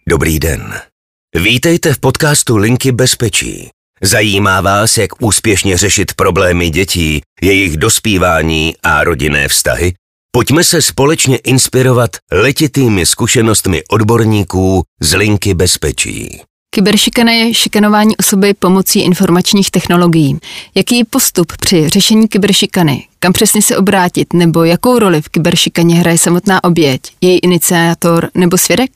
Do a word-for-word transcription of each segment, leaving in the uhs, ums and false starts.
Dobrý den. Vítejte v podcastu Linky bezpečí. Zajímá vás, jak úspěšně řešit problémy dětí, jejich dospívání a rodinné vztahy? Pojďme se společně inspirovat letitými zkušenostmi odborníků z Linky bezpečí. Kyberšikana je šikanování osoby pomocí informačních technologií. Jaký je postup při řešení kyberšikany? Kam přesně se obrátit? Nebo jakou roli v kyberšikaně hraje samotná oběť, její iniciátor nebo svědek?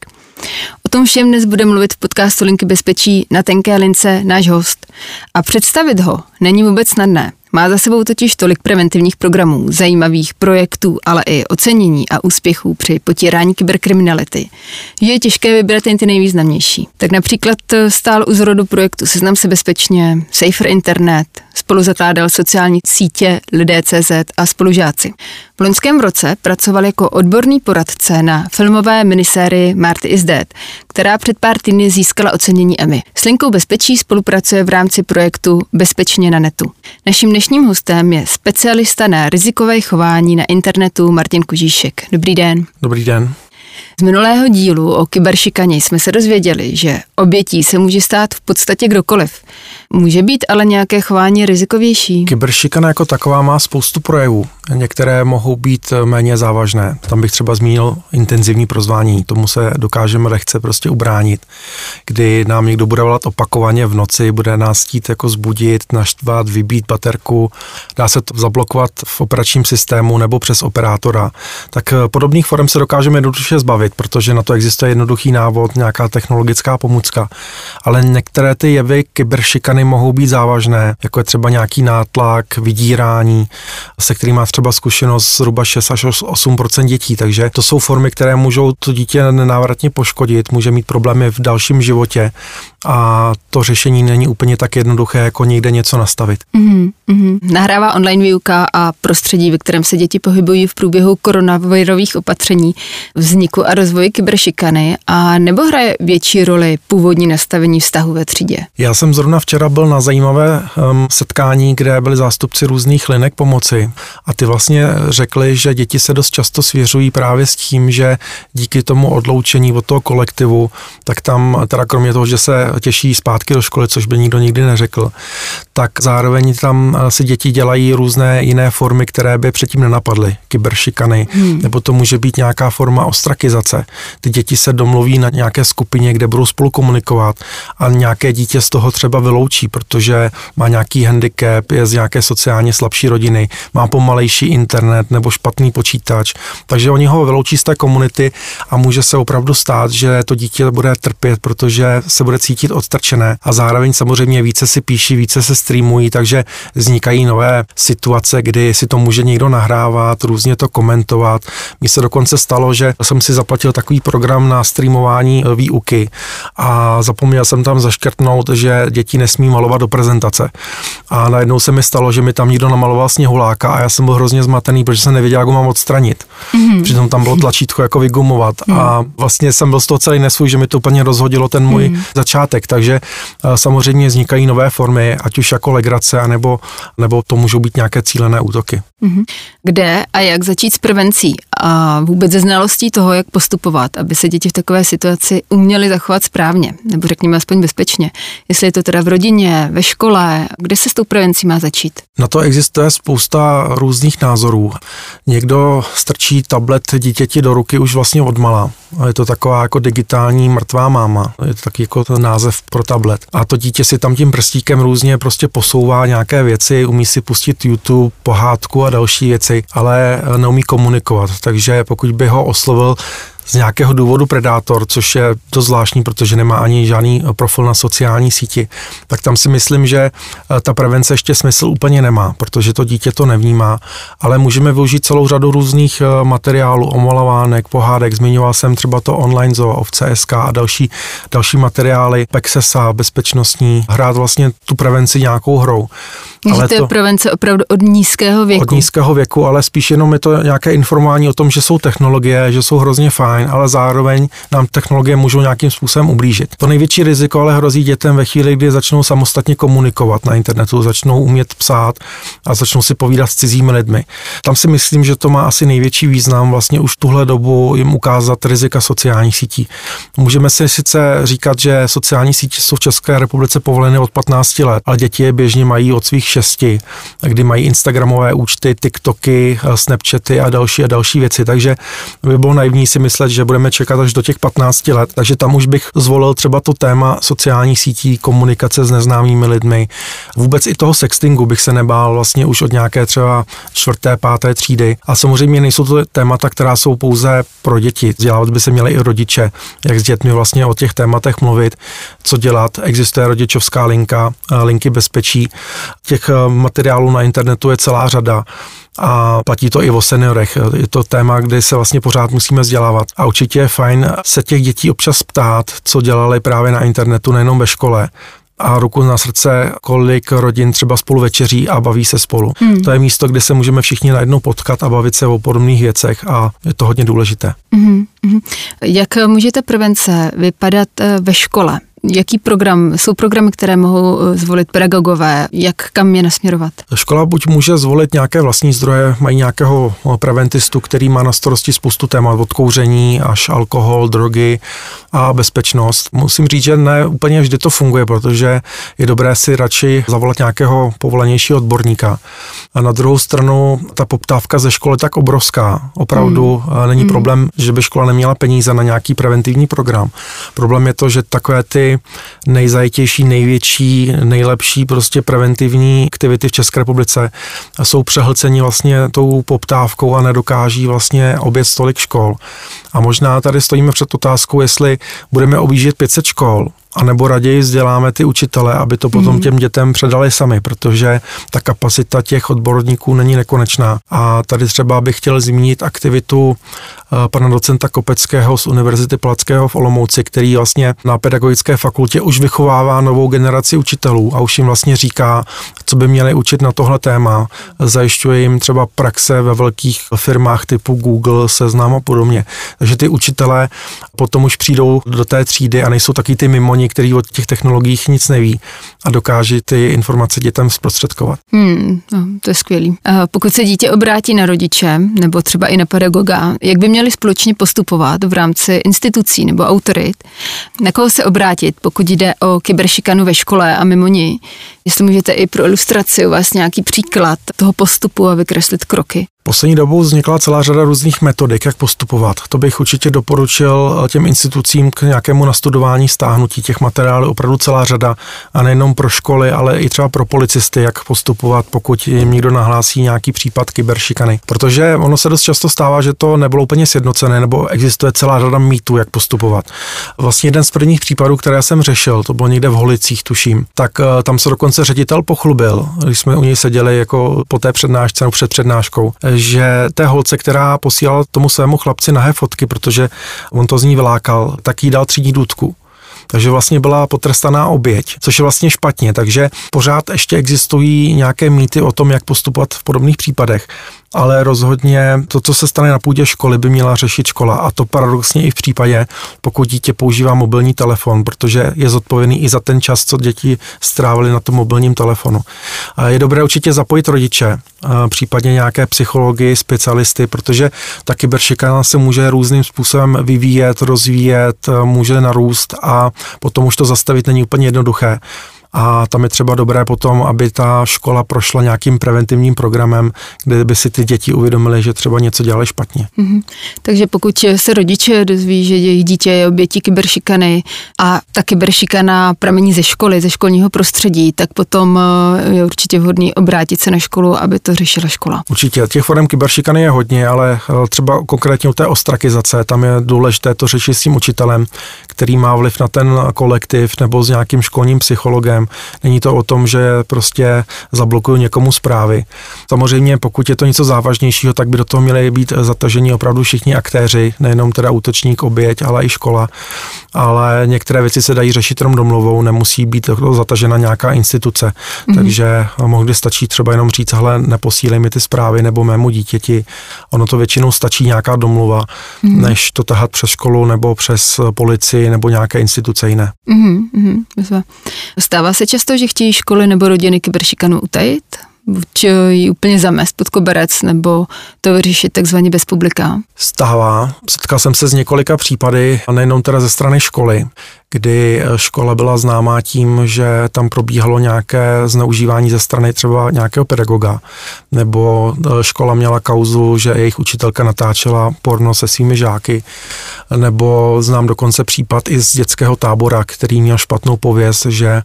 O tom všem dnes bude mluvit v podcastu Linky bezpečí na tenké lince náš host. A představit ho není vůbec snadné. Má za sebou totiž tolik preventivních programů, zajímavých projektů, ale i ocenění a úspěchů při potírání kyberkriminality, že je těžké vybrat jen ty nejvýznamnější. Tak například stál u zrodu projektu Seznam se bezpečně, Safer Internet, spolu zakládal sociální sítě Lidé tečka cé zet a spolužáci. V loňském roce pracoval jako odborný poradce na filmové minisérii Marty is Dead, která před pár týdny získala ocenění Emmy. S Linkou bezpečí spolupracuje v rámci projektu Bezpečně na netu. Naším dnešním hostem je specialista na rizikové chování na internetu Martin Kožíšek. Dobrý den. Dobrý den. Z minulého dílu o kyberšikaně jsme se dozvěděli, že obětí se může stát v podstatě kdokoliv. Může být ale nějaké chování rizikovější? Kyberšikana jako taková má spoustu projevů. Některé mohou být méně závažné. Tam bych třeba zmínil intenzivní prozvání. Tomu se dokážeme lehce prostě ubránit. Kdy nám někdo bude volat opakovaně v noci, bude nás chtít jako zbudit, naštvat, vybít baterku. Dá se to zablokovat v operačním systému nebo přes operátora. Tak podobných forem se dokážeme jednoduše zbavit, protože na to existuje jednoduchý návod, nějaká technologická pomůcka. Ale některé ty jevy kyberšikany mohou být závažné, jako je třeba nějaký nátlak, vydírání, se kterým má třeba zkušenost zhruba šest až osm procent dětí, takže to jsou formy, které můžou to dítě nenávratně poškodit, může mít problémy v dalším životě a to řešení není úplně tak jednoduché, jako někde něco nastavit. Mm, mm. Nahrává online výuka a prostředí, ve kterém se děti pohybují v průběhu koronavirových opatření, vzniku a rozvoji kyberšikany, a nebo hraje větší roli původní nastavení vztahu ve třídě? Já jsem zrovna včera byl na zajímavé um, setkání, kde byli zástupci různých linek pomoci a ty vlastně řekli, že děti se dost často svěřují právě s tím, že díky tomu odloučení od toho kolektivu, tak tam teda kromě toho, že se těší zpátky do školy, což by nikdo nikdy neřekl, tak zároveň tam si děti dělají různé jiné formy, které by předtím nenapadly, kyberšikany, hmm. nebo to může být nějaká forma ostrakizace. Ty děti se domluví na nějaké skupině, kde budou spolu komunikovat a nějaké dítě z toho třeba vyloučí, protože má nějaký handicap, je z nějaké sociálně slabší rodiny, má pomalejší internet nebo špatný počítač, takže oni ho vyloučí z té komunity a může se opravdu stát, že to dítě bude trpět, protože se bude cítit odstrčené a zároveň samozřejmě více si píší, více se streamují, takže vznikají nové situace, kdy si to může někdo nahrávat, různě to komentovat. Mně se dokonce stalo, že jsem si zaplatil takový program na streamování výuky a zapomněl jsem tam zaškrtnout, že děti nesmí malovat do prezentace. A najednou se mi stalo, že mi tam někdo namaloval sněhuláka a já jsem byl hrozně zmatený, protože jsem nevěděl, jak ho mám odstranit. Mm-hmm. Přitom tam bylo tlačítko jako vygumovat mm. a vlastně jsem byl z toho celý nesvůj, že mi to úplně rozhodilo ten můj mm. začátek, takže samozřejmě vznikají nové formy, ať už jako legrace, anebo, nebo to můžou být nějaké cílené útoky. Mm-hmm. Kde a jak začít s prevencí a vůbec ze znalostí toho, jak postupovat, aby se děti v takové situaci uměly zachovat správně, nebo řekněme aspoň bezpečně. Jestli je to teda v rodině, ve škole, kde se s tou prevencí má začít? Na to existuje spousta různých názorů. Někdo strčí tablet dítěti do ruky už vlastně odmala. Je to taková jako digitální mrtvá máma. Je to taky jako ten název pro tablet. A to dítě si tam tím prstíkem různě prostě posouvá nějaké věci, umí si pustit YouTube, pohádku a další věci, ale neumí komunikovat. Takže pokud by ho oslovil z nějakého důvodu predátor, což je to zvláštní, protože nemá ani žádný profil na sociální síti, tak tam si myslím, že ta prevence ještě smysl úplně nemá, protože to dítě to nevnímá, ale můžeme využít celou řadu různých materiálů, omalovánek, pohádek, zmiňoval jsem třeba to online zoo, ovce tečka es ká a další, další materiály, Pexesa, bezpečnostní, hrát vlastně tu prevenci nějakou hrou. Ale to je to prevence opravdu od nízkého věku. Od nízkého věku, ale spíš jenom je to nějaké informování o tom, že jsou technologie, že jsou hrozně fajn, fajn, ale zároveň nám technologie můžou nějakým způsobem ublížit. To největší riziko ale hrozí dětem ve chvíli, kdy začnou samostatně komunikovat na internetu, začnou umět psát a začnou si povídat s cizími lidmi. Tam si myslím, že to má asi největší význam vlastně už tuhle dobu jim ukázat rizika sociálních sítí. Můžeme si sice říkat, že sociální sítě jsou v České republice povoleny od patnácti let, ale děti je běžně mají od svých šesti, kdy mají instagramové účty, tiktoky, snapchaty a další a další věci, takže by bylo naivní si myslet, že budeme čekat až do těch patnácti let, takže tam už bych zvolil třeba to téma sociálních sítí, komunikace s neznámými lidmi. Vůbec i toho sextingu bych se nebál vlastně už od nějaké třeba čtvrté, páté třídy. A samozřejmě nejsou to témata, která jsou pouze pro děti. Vzdělávat by se měli i rodiče, jak s dětmi vlastně o těch tématech mluvit, co dělat. Existuje rodičovská linka, linky bezpečí. Těch materiálů na internetu je celá řada. A platí to i o seniorech. Je to téma, kde se vlastně pořád musíme vzdělávat. A určitě je fajn se těch dětí občas ptát, co dělali právě na internetu, nejenom ve škole. A ruku na srdce, kolik rodin třeba spolu večeří a baví se spolu. Hmm. To je místo, kde se můžeme všichni najednou potkat a bavit se o podobných věcech a je to hodně důležité. Hmm. Jak může ta prevence vypadat ve škole? Jaký program, jsou programy, které mohou zvolit pedagogové, jak kam je nasměrovat? Škola buď může zvolit nějaké vlastní zdroje, mají nějakého preventistu, který má na starosti spoustu témat, od kouření až alkohol, drogy a bezpečnost. Musím říct, že ne úplně vždy to funguje, protože je dobré si radši zavolat nějakého povolanějšího odborníka. A na druhou stranu ta poptávka ze školy je tak obrovská. Opravdu hmm. není hmm. problém, že by škola neměla peníze na nějaký preventivní program. Problém je to, že takové ty nejzajítější, největší, nejlepší prostě preventivní aktivity v České republice jsou přehlceni vlastně tou poptávkou a nedokáží vlastně objet tolik škol. A možná tady stojíme před otázkou, jestli budeme objíždět pět set škol, anebo raději vzděláme ty učitele, aby to potom těm dětem předali sami, protože ta kapacita těch odborníků není nekonečná. A tady třeba bych chtěl zmínit aktivitu pana docenta Kopeckého z Univerzity Palackého v Olomouci, který vlastně na pedagogické fakultě už vychovává novou generaci učitelů a už jim vlastně říká, co by měli učit na tohle téma. Zajišťuje jim třeba praxe ve velkých firmách typu Google, Seznam a podobně. Takže ty učitelé potom už přijdou do té třídy a nejsou taky ty mimoni, který o těch technologiích nic neví a dokáží ty informace dětem zprostředkovat. Hmm, no, to je skvělý. A pokud se dítě obrátí na rodiče nebo třeba i na pedagoga, jak by měli společně postupovat v rámci institucí nebo autorit, na koho se obrátit, pokud jde o kyberšikanu ve škole a mimo ní? Jestli můžete i pro ilustraci uvést nějaký příklad toho postupu a vykreslit kroky. Poslední dobou vznikla celá řada různých metodik, jak postupovat. To bych určitě doporučil těm institucím k nějakému nastudování, stáhnutí těch materiálů, opravdu celá řada, a nejenom pro školy, ale i třeba pro policisty, jak postupovat, pokud jim někdo nahlásí nějaký případ kyberšikany. Protože ono se dost často stává, že to nebylo úplně sjednocené, nebo existuje celá řada mýtů, jak postupovat. Vlastně jeden z prvních případů, které jsem řešil, to bylo někde v Holicích, tuším, tak tam se dokonce ředitel pochlubil, když jsme u něj seděli jako po té přednášce nebo před přednáškou, že té holce, která posílala tomu svému chlapci nahé fotky, protože on to z ní vylákal, tak jí dal třídní důtku. Takže vlastně byla potrestaná oběť, což je vlastně špatně, takže pořád ještě existují nějaké mýty o tom, jak postupovat v podobných případech. Ale rozhodně to, co se stane na půdě školy, by měla řešit škola. A to paradoxně i v případě, pokud dítě používá mobilní telefon, protože je zodpovědný i za ten čas, co děti strávili na tom mobilním telefonu. A je dobré určitě zapojit rodiče, případně nějaké psychologi, specialisty, protože ta kyberšikana se může různým způsobem vyvíjet, rozvíjet, může narůst a potom už to zastavit není úplně jednoduché. A tam je třeba dobré potom, aby ta škola prošla nějakým preventivním programem, kde by si ty děti uvědomily, že třeba něco dělali špatně. Mm-hmm. Takže pokud se rodiče dozví, že jejich dítě je obětí kyberšikany a ta kyberšikana pramení ze školy, ze školního prostředí, tak potom je určitě vhodný obrátit se na školu, aby to řešila škola. Určitě. Těch forem kyberšikany je hodně, ale třeba konkrétně u té ostrakizace, tam je důležité to řešit s tím učitelem, který má vliv na ten kolektiv nebo s nějakým školním psychologem. Není to o tom, že prostě zablokuju někomu zprávy. Samozřejmě, pokud je to něco závažnějšího, tak by do toho měli být zataženi opravdu všichni aktéři, nejenom teda útočník, oběť, ale i škola. Ale některé věci se dají řešit jenom domluvou, nemusí být zatažena nějaká instituce. Mm-hmm. Takže mnohdy stačí třeba jenom říct, hele, neposílej mi ty zprávy nebo mému dítěti. Ono to většinou stačí nějaká domluva, mm-hmm. než to tahat přes školu nebo přes policii nebo nějaké instituce jiné. Mm-hmm. Stává se často, že chtějí školy nebo rodiny kyberšikanu utajit? Buď ji úplně zamést pod koberec, nebo to vyřešit takzvaně bez publika? Stává. Setkal jsem se s několika případy, a nejenom teda ze strany školy, kdy škola byla známá tím, že tam probíhalo nějaké zneužívání ze strany třeba nějakého pedagoga, nebo škola měla kauzu, že jejich učitelka natáčela porno se svými žáky, nebo znám dokonce případ i z dětského tábora, který měl špatnou pověst, že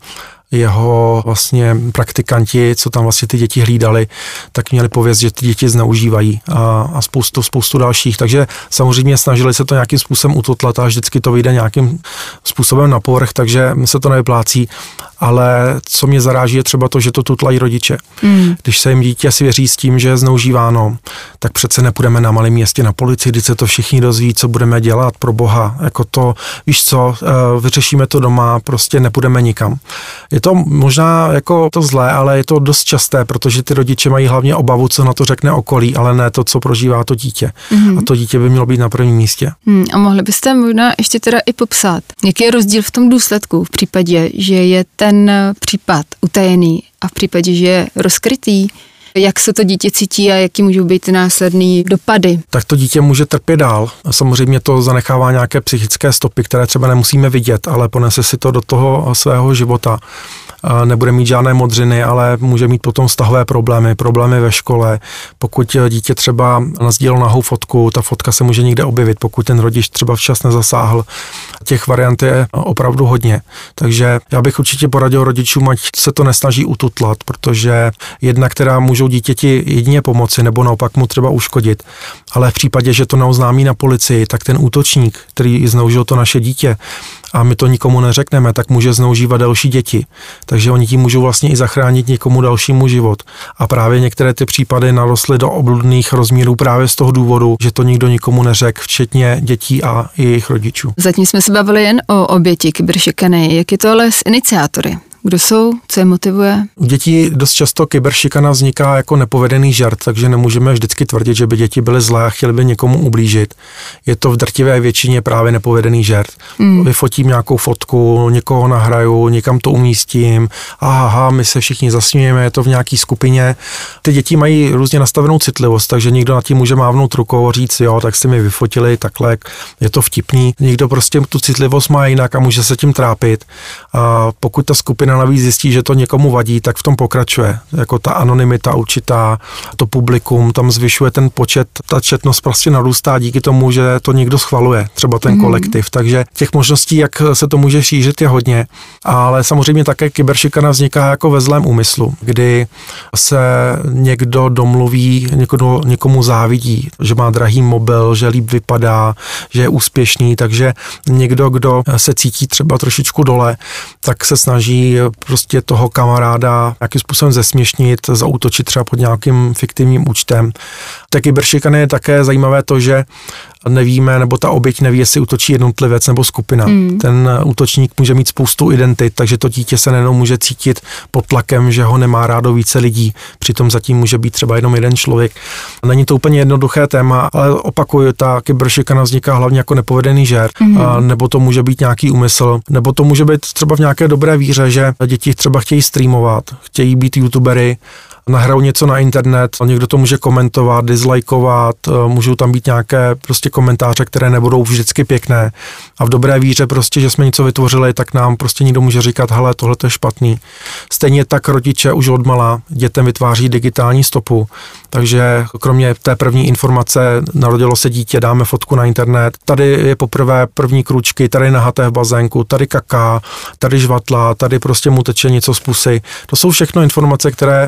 jeho vlastně praktikanti, co tam vlastně ty děti hlídali, tak měli pověst, že ty děti zneužívají a, a spoustu, spoustu dalších. Takže samozřejmě snažili se to nějakým způsobem ututlat a vždycky to vyjde nějakým způsobem na povrch, takže se to nevyplácí. Ale co mě zaráží je třeba to, že to tutlají rodiče. Mm. Když se jim dítě svěří s tím, že je zneužíváno, tak přece nepůjdeme na malém městě na policii, když se to všichni dozví, co budeme dělat, pro boha. Jako to, víš co, vyřešíme to doma, prostě nepůjdeme nikam. Je to možná jako to zlé, ale je to dost časté, protože ty rodiče mají hlavně obavu, co na to řekne okolí, ale ne to, co prožívá to dítě. Mm. A to dítě by mělo být na prvním místě. Mm. A mohli byste možná ještě teda i popsat, jaký je rozdíl v tom důsledku v případě, že je ten případ utajený a v případě, že je rozkrytý, jak se to dítě cítí a jaký můžou být ty následné dopady? Tak to dítě může trpět dál. Samozřejmě to zanechává nějaké psychické stopy, které třeba nemusíme vidět, ale ponese si to do toho svého života. Nebude mít žádné modřiny, ale může mít potom vztahové problémy, problémy ve škole. Pokud dítě třeba nasdílelo nahou fotku, ta fotka se může někde objevit, pokud ten rodič třeba včas nezasáhl. Těch variant je opravdu hodně. Takže já bych určitě poradil rodičům, ať se to nesnaží ututlat, protože jedna, která můžou dítěti jedině pomoci nebo naopak mu třeba uškodit. Ale v případě, že to neoznámí na policii, tak ten útočník, který zneužil to naše dítě, a my to nikomu neřekneme, tak může zneužívat další děti. Takže oni tím můžou vlastně i zachránit někomu dalšímu život. A právě některé ty případy narostly do obludných rozměrů právě z toho důvodu, že to nikdo nikomu neřekl, včetně dětí a jejich rodičů. Zatím jsme se bavili jen o oběti kyberšikany. Jak je to ale s iniciátory? Kdo jsou? Co je motivuje? U dětí dost často kyberšikana vzniká jako nepovedený žart, takže nemůžeme vždycky tvrdit, že by děti byly zlé a chtěli by někomu ublížit. Je to v drtivé většině právě nepovedený žart. Mm. Vyfotím nějakou fotku, někoho nahraju, někam to umístím, aha, my se všichni zasmějeme, je to v nějaký skupině. Ty děti mají různě nastavenou citlivost, takže někdo nad tím může mávnout rukou a říct, jo, tak jste mi vyfotili, takhle, je to vtipný. Někdo prostě tu citlivost má jinak a může se tím trápit. A pokud ta skupina navíc zjistí, že to někomu vadí, tak v tom pokračuje. Jako ta anonymita určitá, to publikum, tam zvyšuje ten počet, ta četnost prostě narůstá díky tomu, že to někdo schvaluje, třeba ten mm. kolektiv. Takže těch možností, jak se to může šířit, je hodně. Ale samozřejmě také kyberšikana vzniká jako ve zlém úmyslu, kdy se někdo domluví, někdo, někomu závidí, že má drahý mobil, že líp vypadá, že je úspěšný, takže někdo, kdo se cítí třeba trošičku dole, tak se snaží prostě toho kamaráda nějakým způsobem zesměšnit, zaútočit třeba pod nějakým fiktivním účtem. Tak kyberšikany je také zajímavé to, že nevíme, nebo ta oběť neví, jestli útočí jednotlivec nebo skupina. Mm. Ten útočník může mít spoustu identit, takže to dítě se nejenom může cítit pod tlakem, že ho nemá rádo více lidí, přitom zatím může být třeba jenom jeden člověk. Není to úplně jednoduché téma, ale opakuju, ta kyberšikana vzniká hlavně jako nepovedený žert, mm. a nebo to může být nějaký úmysl, nebo to může být třeba v nějaké dobré víře, že děti třeba chtějí streamovat, chtějí být youtubery, nahrajou něco na internet, někdo to může komentovat, dislikeovat, můžou tam být nějaké prostě komentáře, které nebudou vždycky pěkné. A v dobré víře prostě, že jsme něco vytvořili, tak nám prostě někdo může říkat, hele, tohle to je špatný. Stejně tak rodiče už odmala dětem vytváří digitální stopu. Takže kromě té první informace, narodilo se dítě, dáme fotku na internet, tady je poprvé první kručky, tady nahaté v bazénku, tady kaká, tady žvatla, tady prostě mu teče něco z pusy. To jsou všechno informace, které to dítě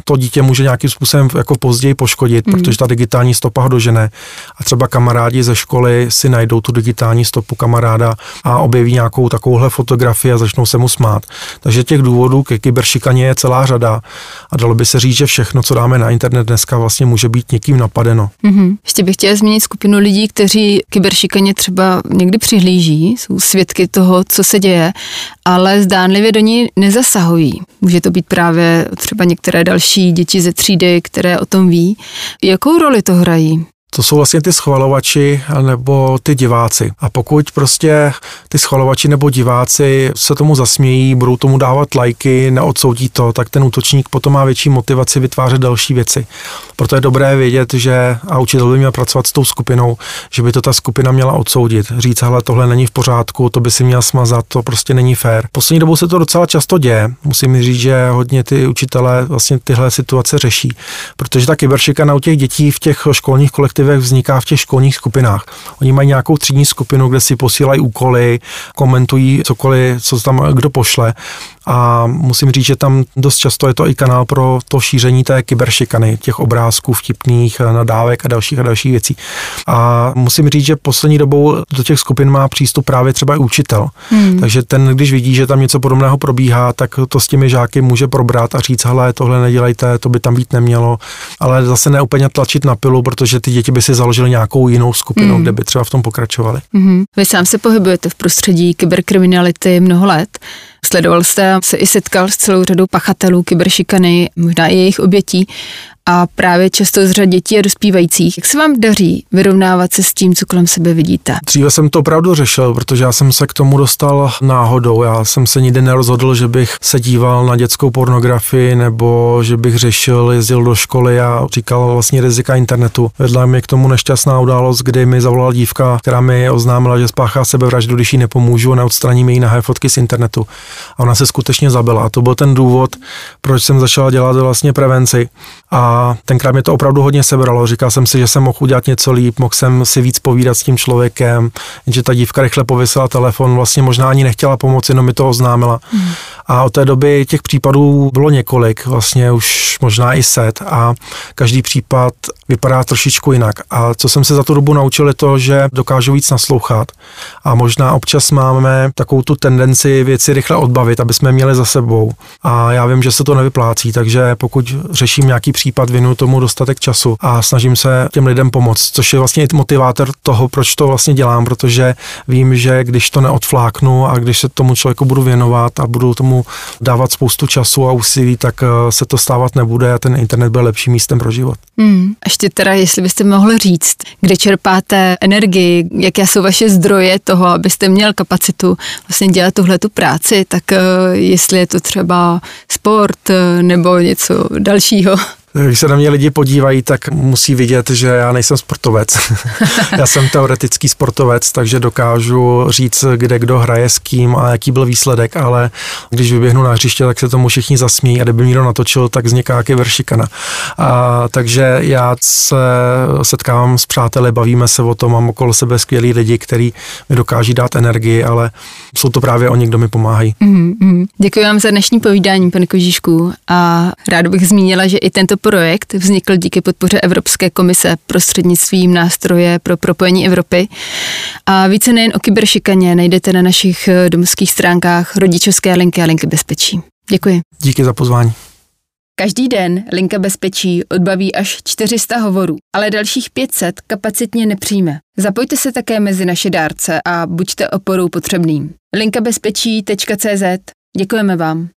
může nějakým způsobem jako později poškodit, mm. protože ta digitální stopa ho dožene. A třeba kamarádi ze školy si najdou tu digitální stopu kamaráda a objeví nějakou takovouhle fotografii a začnou se mu smát. Takže těch důvodů ke kyberšikaně je celá řada a dalo by se říct, že všechno, co dáme na internet dneska, vlastně může být někým napadeno. Mm-hmm. Ještě bych chtěla zmínit skupinu lidí, kteří kyberšikaně třeba někdy přihlíží, jsou svědky toho, co se děje, ale zdánlivě do ní nezasahují. Může to být právě třeba některé další děti ze třídy, které o tom ví. Jakou roli to hrají? To jsou vlastně ty schvalovači nebo ty diváci. A pokud prostě ty schvalovači nebo diváci se tomu zasmějí, budou tomu dávat lajky, neodsoudí to, tak ten útočník potom má větší motivaci vytvářet další věci. Proto je dobré vědět, že a učitel by měl pracovat s tou skupinou, že by to ta skupina měla odsoudit. Říct, hele, tohle není v pořádku, to by si měl smazat, to prostě není fér. Poslední dobou se to docela často děje. Musím říct, že hodně ty učitelé vlastně tyhle situace řeší, protože ta kyberšikana u těch dětí v těch školních kolektivech vzniká v těch školních skupinách. Oni mají nějakou třídní skupinu, kde si posílají úkoly, komentují cokoliv, co tam kdo pošle. A musím říct, že tam dost často je to i kanál pro to šíření té kyberšikany, těch obrázků vtipných, nadávek a dalších a dalších věcí. A musím říct, že poslední dobou do těch skupin má přístup právě třeba i učitel. Hmm. Takže ten, když vidí, že tam něco podobného probíhá, tak to s těmi žáky může probrat a říct, hele, tohle nedělejte, to by tam být nemělo. Ale zase ne úplně tlačit na pilu, protože ty děti by si založili nějakou jinou skupinu, hmm. kde by třeba v tom pokračovali. Hmm. Vy sám se pohybujete v prostředí kyberkriminality mnoho let. Sledoval jste se i setkal s celou řadou pachatelů kyberšikany, možná i jejich obětí a právě často z řad dětí a dospívajících. Jak se vám daří vyrovnávat se s tím, co kolem sebe vidíte? Dříve jsem to opravdu řešil, protože já jsem se k tomu dostal náhodou. Já jsem se nikdy nerozhodl, že bych se díval na dětskou pornografii nebo že bych řešil, jezdil do školy a říkal vlastně rizika internetu. Vedla mi k tomu nešťastná událost, kdy mi zavolala dívka, která mi oznámila, že spáchá sebevraždu, když jí nepomůžu a neodstraním její nahé fotky z internetu. A ona se skutečně zabila. A to byl ten důvod, proč jsem začal dělat vlastně prevenci. A tenkrát mě to opravdu hodně sebralo. Říkal jsem si, že jsem mohl udělat něco líp, mohl jsem si víc povídat s tím člověkem, jenže ta dívka rychle pověsila telefon, vlastně možná ani nechtěla pomoci, jenom mi to oznámila. Hmm. A od té doby těch případů bylo několik, vlastně už možná i set a každý případ vypadá trošičku jinak. A co jsem se za tu dobu naučil je to, že dokážu víc naslouchat a možná občas máme takovou tu tendenci věci rychle odbavit, aby jsme měli za sebou. A já vím, že se to nevyplácí, takže pokud řeším nějaký případ, věnuju tomu dostatek času a snažím se těm lidem pomoct, což je vlastně i motivátor toho, proč to vlastně dělám, protože vím, že když to neodfláknu a když se tomu člověku budu věnovat a budu tomu dávat spoustu času a úsilí, tak se to stávat nebude a ten internet bude lepším místem pro život. Hmm, ještě teda, jestli byste mohli říct, kde čerpáte energii, jaké jsou vaše zdroje toho, abyste měl kapacitu vlastně dělat tuhletu práci, tak jestli je to třeba sport nebo něco dalšího. Když se na mě lidi podívají, tak musí vidět, že já nejsem sportovec. Já jsem teoretický sportovec, takže dokážu říct, kde kdo hraje s kým a jaký byl výsledek, ale když vyběhnu na hřiště, tak se tomu všichni zasmějí a kdyby někdo natočil, tak vzniká kyberšikana. A takže já se setkávám s přáteli, bavíme se o tom, mám okolo sebe skvělý lidi, kteří mi dokáží dát energii, ale jsou to právě oni, kdo mi pomáhají. Mm, mm. Děkuji vám za dnešní povídání, pane Kožíšku, a ráda bych zmínila, že i tento projekt vznikl díky podpoře Evropské komise prostřednictvím nástroje pro propojení Evropy. A více nejen o kyberšikaně najdete na našich domovských stránkách rodičovské linky a linky bezpečí. Děkuji. Díky za pozvání. Každý den linka bezpečí odbaví až čtyři sta hovorů, ale dalších pět set kapacitně nepřijme. Zapojte se také mezi naše dárce a buďte oporou potřebným. linka bezpečí tečka cé zet. Děkujeme vám.